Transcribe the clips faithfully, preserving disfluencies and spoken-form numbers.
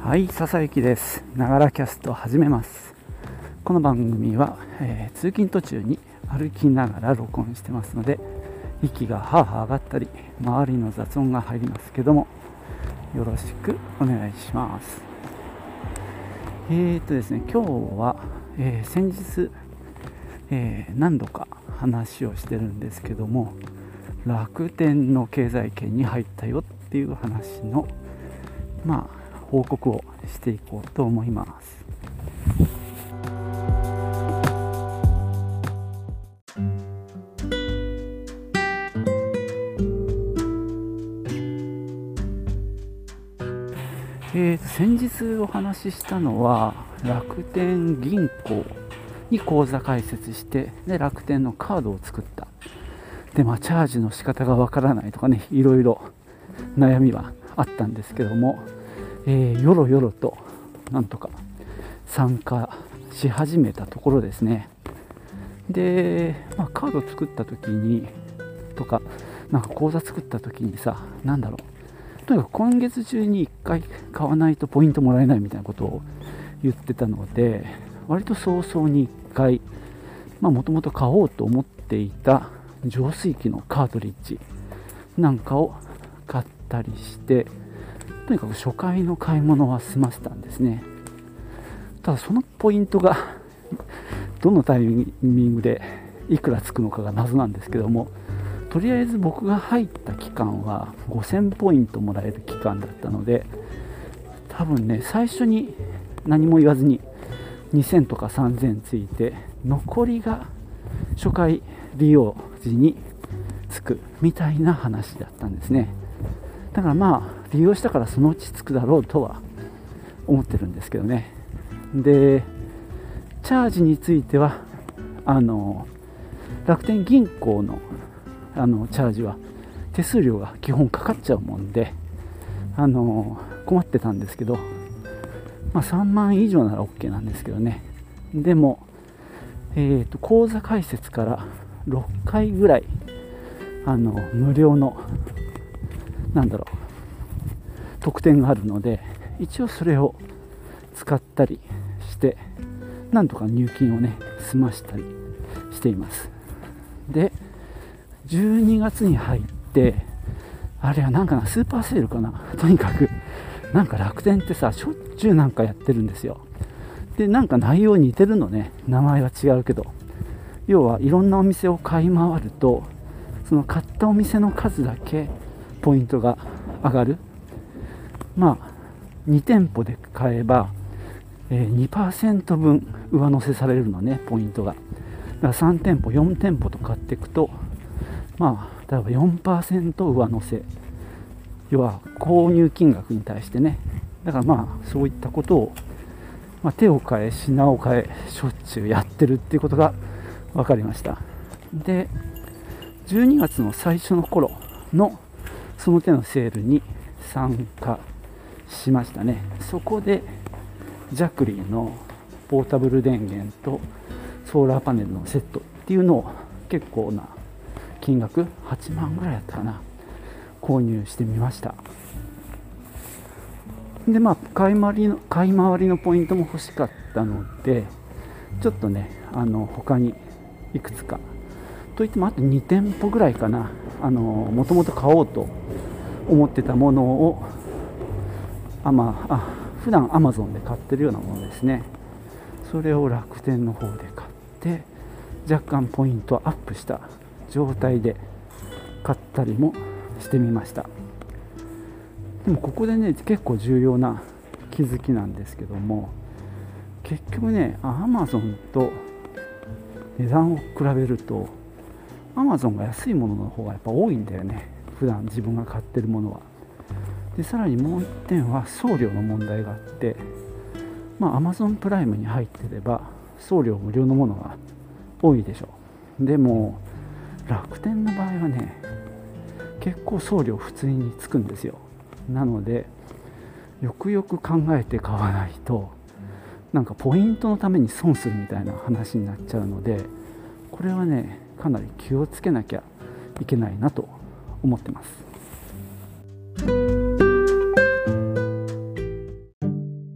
はい、笹雪です。ながらキャスト始めます。この番組は、えー、通勤途中に歩きながら録音してますので、息がハーハー上がったり周りの雑音が入りますけども、よろしくお願いします。えーとですね今日は、えー、先日、えー、何度か話をしてるんですけども、楽天の経済圏に入ったよっていう話のまあ報告をしていこうと思います。えー、先日お話ししたのは楽天銀行に口座開設してで楽天のカードを作ったで、まあ、チャージの仕方がわからないとかね、いろいろ悩みはあったんですけども、えー、よろよろとなんとか参加し始めたところですね。で、まあ、カード作った時にとかなんか口座作った時にさ、なんだろう、とにかく今月中にいっかい買わないとポイントもらえないみたいなことを言ってたので、割と早々にいっかいもともと買おうと思っていた浄水器のカートリッジなんかを買ったりして、とにかく初回の買い物は済ませたんですね。ただそのポイントがどのタイミングでいくらつくのかが謎なんですけども、とりあえず僕が入った期間はごせんポイントもらえる期間だったので、多分ね最初に何も言わずににせんとかさんぜんついて、残りが初回利用時につくみたいな話だったんですね。だからまあ利用したからそのうちつくだろうとは思ってるんですけどね。でチャージについてはあの楽天銀行のあのチャージは手数料が基本かかっちゃうもんで、あの困ってたんですけど、まあ、さんまん以上なら OK なんですけどね。でも、えーと、口座開設からろっかいぐらいあの無料のなんだろう特典があるので、一応それを使ったりしてなんとか入金をね済ましたりしています。でじゅうにがつに入って、あれはなんかなスーパーセールかな、とにかくなんか楽天ってさしょっちゅうなんかやってるんですよ。でなんか内容似てるのね、名前は違うけど、要はいろんなお店を買い回るとその買ったお店の数だけポイントが上がる。まあに店舗で買えば、えー、にパーセント分上乗せされるのね、ポイントが。だからさん店舗よん店舗と買っていくと、まあ例えば よんパーセント 上乗せ、要は購入金額に対してね。だからまあそういったことを、まあ、手を変え品を変えしょっちゅうやってるっていうことが分かりました。でじゅうにがつの最初の頃のその手のセールに参加しましたね。そこでジャクリーのポータブル電源とソーラーパネルのセットっていうのを結構な金額はちまんぐらいだったかな、購入してみました。でまあ買い回りの買い回りのポイントも欲しかったので、ちょっとねあの他にいくつかといってもあとに店舗ぐらいかな、あのもともと買おうと思ってたものをあまああ普段 Amazon で買ってるようなものですね。それを楽天の方で買って若干ポイントアップした状態で買ったりもしてみました。でもここでね結構重要な気づきなんですけども、結局ね Amazon と値段を比べると Amazon が安いものの方がやっぱ多いんだよね、普段自分が買ってるものは。でさらにもう一点は送料の問題があって、まあ Amazon プライムに入ってれば送料無料のものが多いでしょう。でも楽天の場合はね結構送料普通につくんですよ。なのでよくよく考えて買わないとなんかポイントのために損するみたいな話になっちゃうので、これはねかなり気をつけなきゃいけないなと思ってます。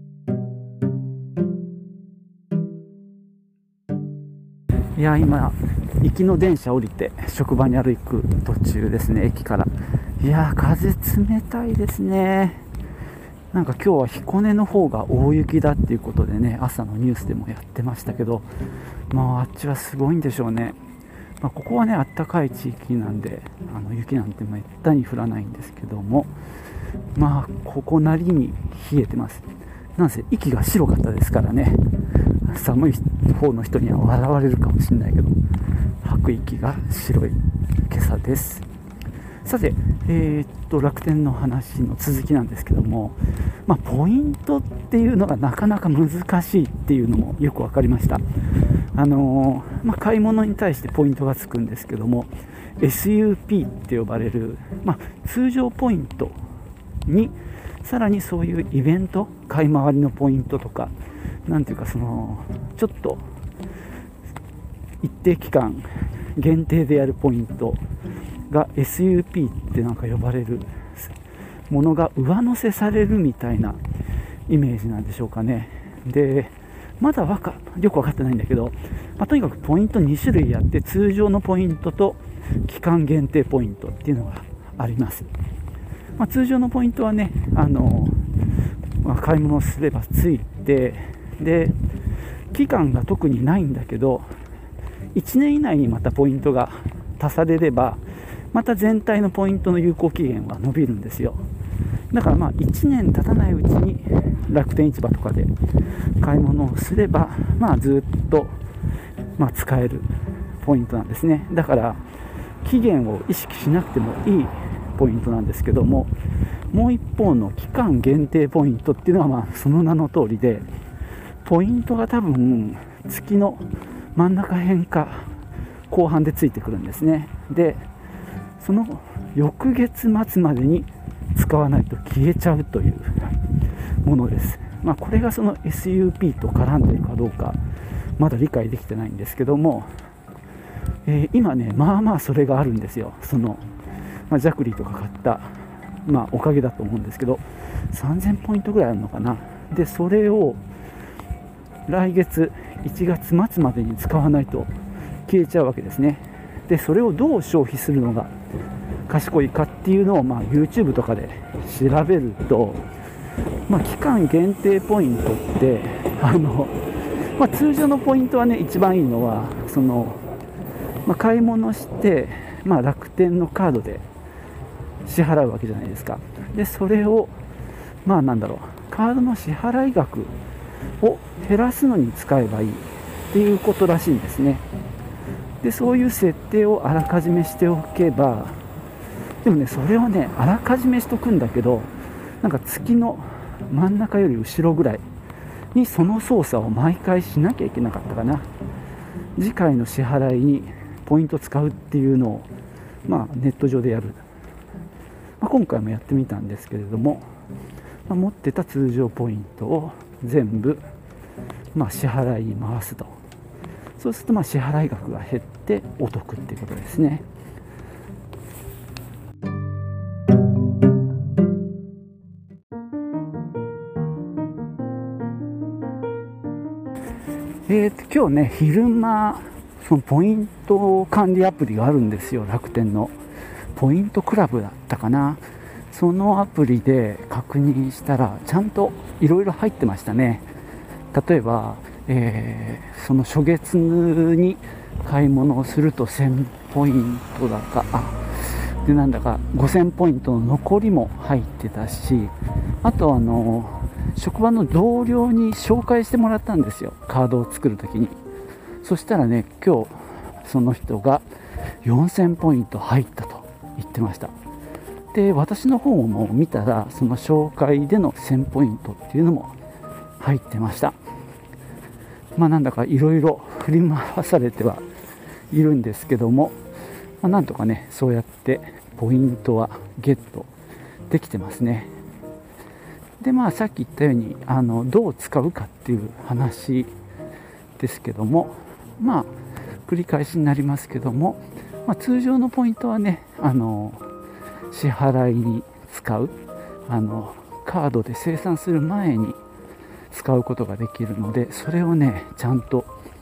や今行きの電車降りて職場に歩く途中ですね、駅から。いやー風冷たいですね。なんか今日は彦根の方が大雪だっていうことでね、朝のニュースでもやってましたけど、まああっちはすごいんでしょうね。まあ、ここはねあったかい地域なんで、あの雪なんてめったに降らないんですけども、まあここなりに冷えてます。なんせ息が白かったですからね、寒い方の人には笑われるかもしれないけど、吐く息が白い今朝です。さて、えー、っと楽天の話の続きなんですけども、まあ、ポイントっていうのがなかなか難しいっていうのもよく分かりました。あのーまあ、買い物に対してポイントがつくんですけども、 エスユーピー って呼ばれる、まあ、通常ポイントにさらにそういうイベント、買い回りのポイントとか、なんていうかそのちょっと一定期間限定でやるポイントが エスユーピー ってなんか呼ばれるものが上乗せされるみたいなイメージなんでしょうかね。でまだわかよく分かってないんだけど、まあ、とにかくポイントに種類あって、通常のポイントと期間限定ポイントっていうのがあります。まあ、通常のポイントはね、あの、まあ、買い物をすればついて、で期間が特にないんだけど、いちねん以内にまたポイントが足されれば、また全体のポイントの有効期限は伸びるんですよ。だからまあいちねん経たないうちに楽天市場とかで買い物をすれば、まあずっとまあ使えるポイントなんですね。だから期限を意識しなくてもいいポイントなんですけども、もう一方の期間限定ポイントっていうのはまあその名の通りで、ポイントが多分月の真ん中辺か後半でついてくるんですね。でその翌月末までに使わないと消えちゃうというものです。まあ、これがその エスユーピー と絡んでいるかどうかまだ理解できてないんですけども、えー、今ねまあまあそれがあるんですよ。その、まあ、ジャクリとか買った、まあ、おかげだと思うんですけど、さんぜんポイントぐらいあるのかな。でそれを来月いちがつ末までに使わないと消えちゃうわけですね。でそれをどう消費するのが賢いかっていうのを、まあ、YouTube とかで調べると、まあ、期間限定ポイントってあの、まあ、通常のポイントはね一番いいのはその、まあ、買い物して、まあ、楽天のカードで支払うわけじゃないですか。でそれをまあなんだろうカードの支払い額を減らすのに使えばいいっていうことらしいんですね。でそういう設定をあらかじめしておけば、でもねそれをねあらかじめしとくんだけど、なんか月の真ん中より後ろぐらいにその操作を毎回しなきゃいけなかったかな。次回の支払いにポイント使うっていうのを、まあ、ネット上でやる、まあ、今回もやってみたんですけれども、まあ、持ってた通常ポイントを全部、まあ、支払いに回すと。そうするとまあ支払い額が減ってお得っていうことですね。えー、と今日ね昼間そのポイント管理アプリがあるんですよ。楽天のポイントクラブだったかな。そのアプリで確認したらちゃんといろいろ入ってましたね。例えば、えー、その初月に買い物をするとせんポイントだか、あでなんだかごせんポイントの残りも入ってたし、あとあの職場の同僚に紹介してもらったんですよ、カードを作るときに。そしたらね今日その人がよんせんポイント入ったと言ってました。で私の方も見たらその紹介でのせんポイントっていうのも入ってました。まあなんだかいろいろ振り回されてはいるんですけども、まあ、なんとかねそうやってポイントはゲットできてますね。でまあさっき言ったようにあのどう使うかっていう話ですけども、まあ繰り返しになりますけども、まあ、通常のポイントはねあの支払いに使うあのカードで精算する前に使うことができるので、それをねちゃんと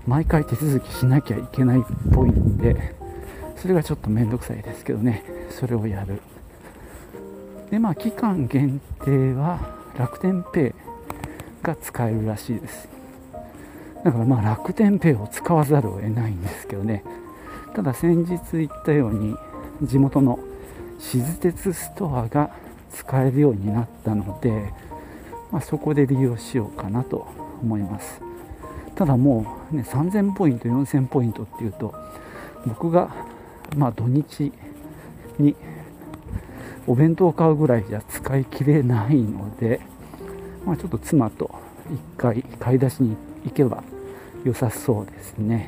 毎回手続きしなきゃいけないっぽいんで、それがちょっとめんどくさいですけどね、それをやる。でまあ期間限定は楽天ペイが使えるらしいです。だからまあ楽天ペイを使わざるを得ないんですけどね。ただ先日言ったように地元の静鉄ストアが使えるようになったので、まあ、そこで利用しようかなと思います。ただもう、ね、さんぜんポイントよんせんポイントっていうと、僕がまあ土日にお弁当を買うぐらいじゃ使い切れないので、まあ、ちょっと妻と一回買い出しに行けば良さそうですね。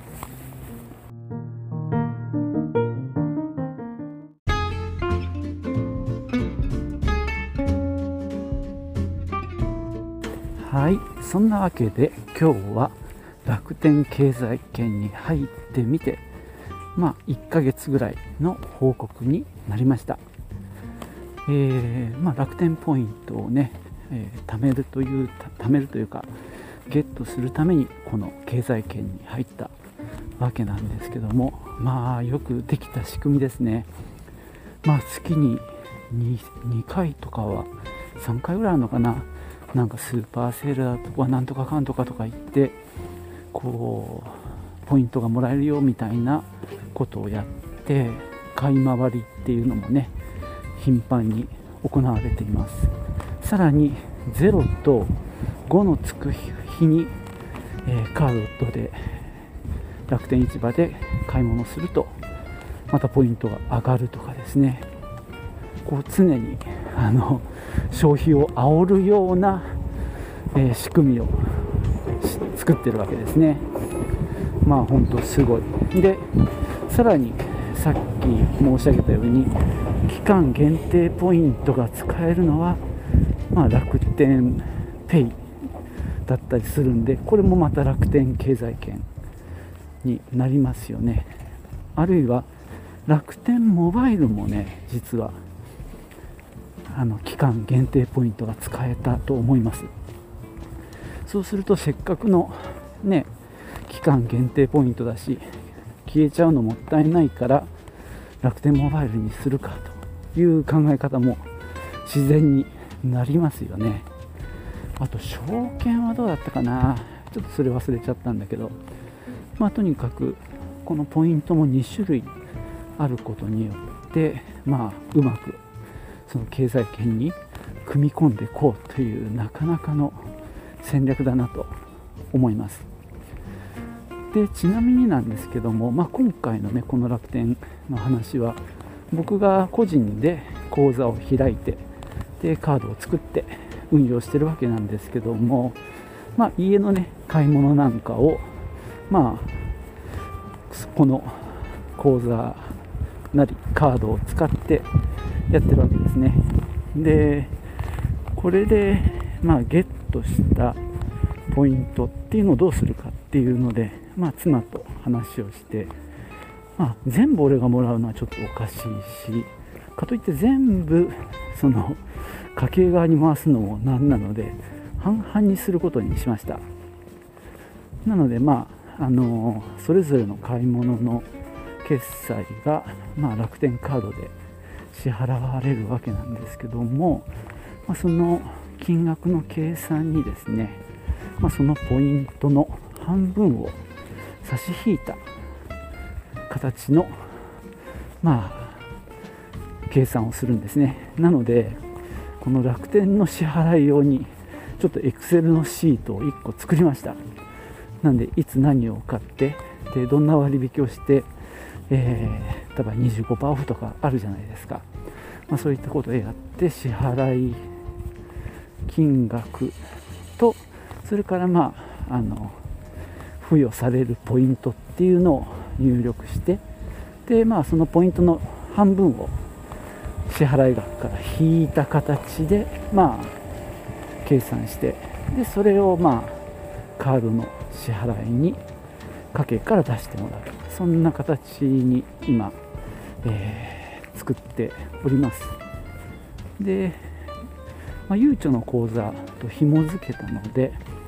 はい、そんなわけで今日は楽天経済圏に入ってみて、まあいっかげつぐらいの報告になりました。えーまあ、楽天ポイントをね、えー、貯めるという貯めるというかゲットするためにこの経済圏に入ったわけなんですけども、まあよくできた仕組みですね。まあ月に 2, 2回とかはさんかいぐらいあるのかな、なんかスーパーセールだとかなんとかかんとかとか言ってこうポイントがもらえるよみたいなことをやって買い回りっていうのもね頻繁に行われています。さらにゼロとごのつく日に、えー、カードで楽天市場で買い物するとまたポイントが上がるとかですね、こう常にあの消費を煽るような、えー、仕組みを作ってるわけですね。まあ本当すごい。でさらにさっき申し上げたように期間限定ポイントが使えるのは、まあ、楽天ペイだったりするんで、これもまた楽天経済圏になりますよね。あるいは楽天モバイルもね実はあの期間限定ポイントが使えたと思います。そうするとせっかくのね期間限定ポイントだし消えちゃうのもったいないから楽天モバイルにするかという考え方も自然になりますよね。あと証券はどうだったかな、ちょっとそれ忘れちゃったんだけど、まあとにかくこのポイントもに種類あることによってまあうまくその経済圏に組み込んでいこうというなかなかの戦略だなと思います。でちなみになんですけども、まあ、今回のねこの楽天の話は僕が個人で口座を開いてでカードを作って運用してるわけなんですけども、まあ、家のね買い物なんかをまあこの口座なりカードを使ってやってるわけですね。でこれでまあゲットしたポイントっていうのをどうするかっていうので、まあ、妻と話をして、まあ、全部俺がもらうのはちょっとおかしいし、かといって全部その家計側に回すのもなんなので半々にすることにしました。なのでまああのそれぞれの買い物の決済が、まあ、楽天カードで支払われるわけなんですけども、まあ、その金額の計算にですね、まあ、そのポイントの半分を差し引いた形のまあ計算をするんですね。なのでこの楽天の支払い用にちょっとエクセルのシートをいっこ作りました。なんでいつ何を買ってでどんな割引をして、えー、例えば にじゅうごパーセント オフとかあるじゃないですか、まあ、そういったことをやって支払い金額とそれからまああの付与されるポイントっていうのを入力してでまあそのポイントの半分を支払い額から引いた形でまあ計算してでそれをまあカードの支払いに家計から出してもらう、そんな形に今、えー、作っております。で、まあ、ゆうちょの口座と紐付けたので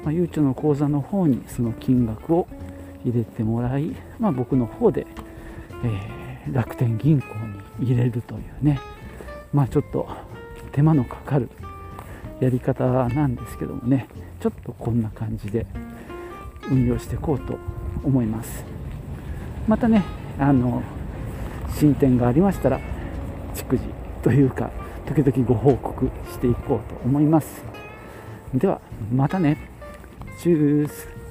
まあ、ゆうちょの口座の方にその金額を入れてもらい、まあ、僕の方で、えー、楽天銀行に入れるというね、まあちょっと手間のかかるやり方なんですけどもね、ちょっとこんな感じで運用していこうと思います。またね、あの進展がありましたら逐次というか時々ご報告していこうと思います。ではまたね。チュース。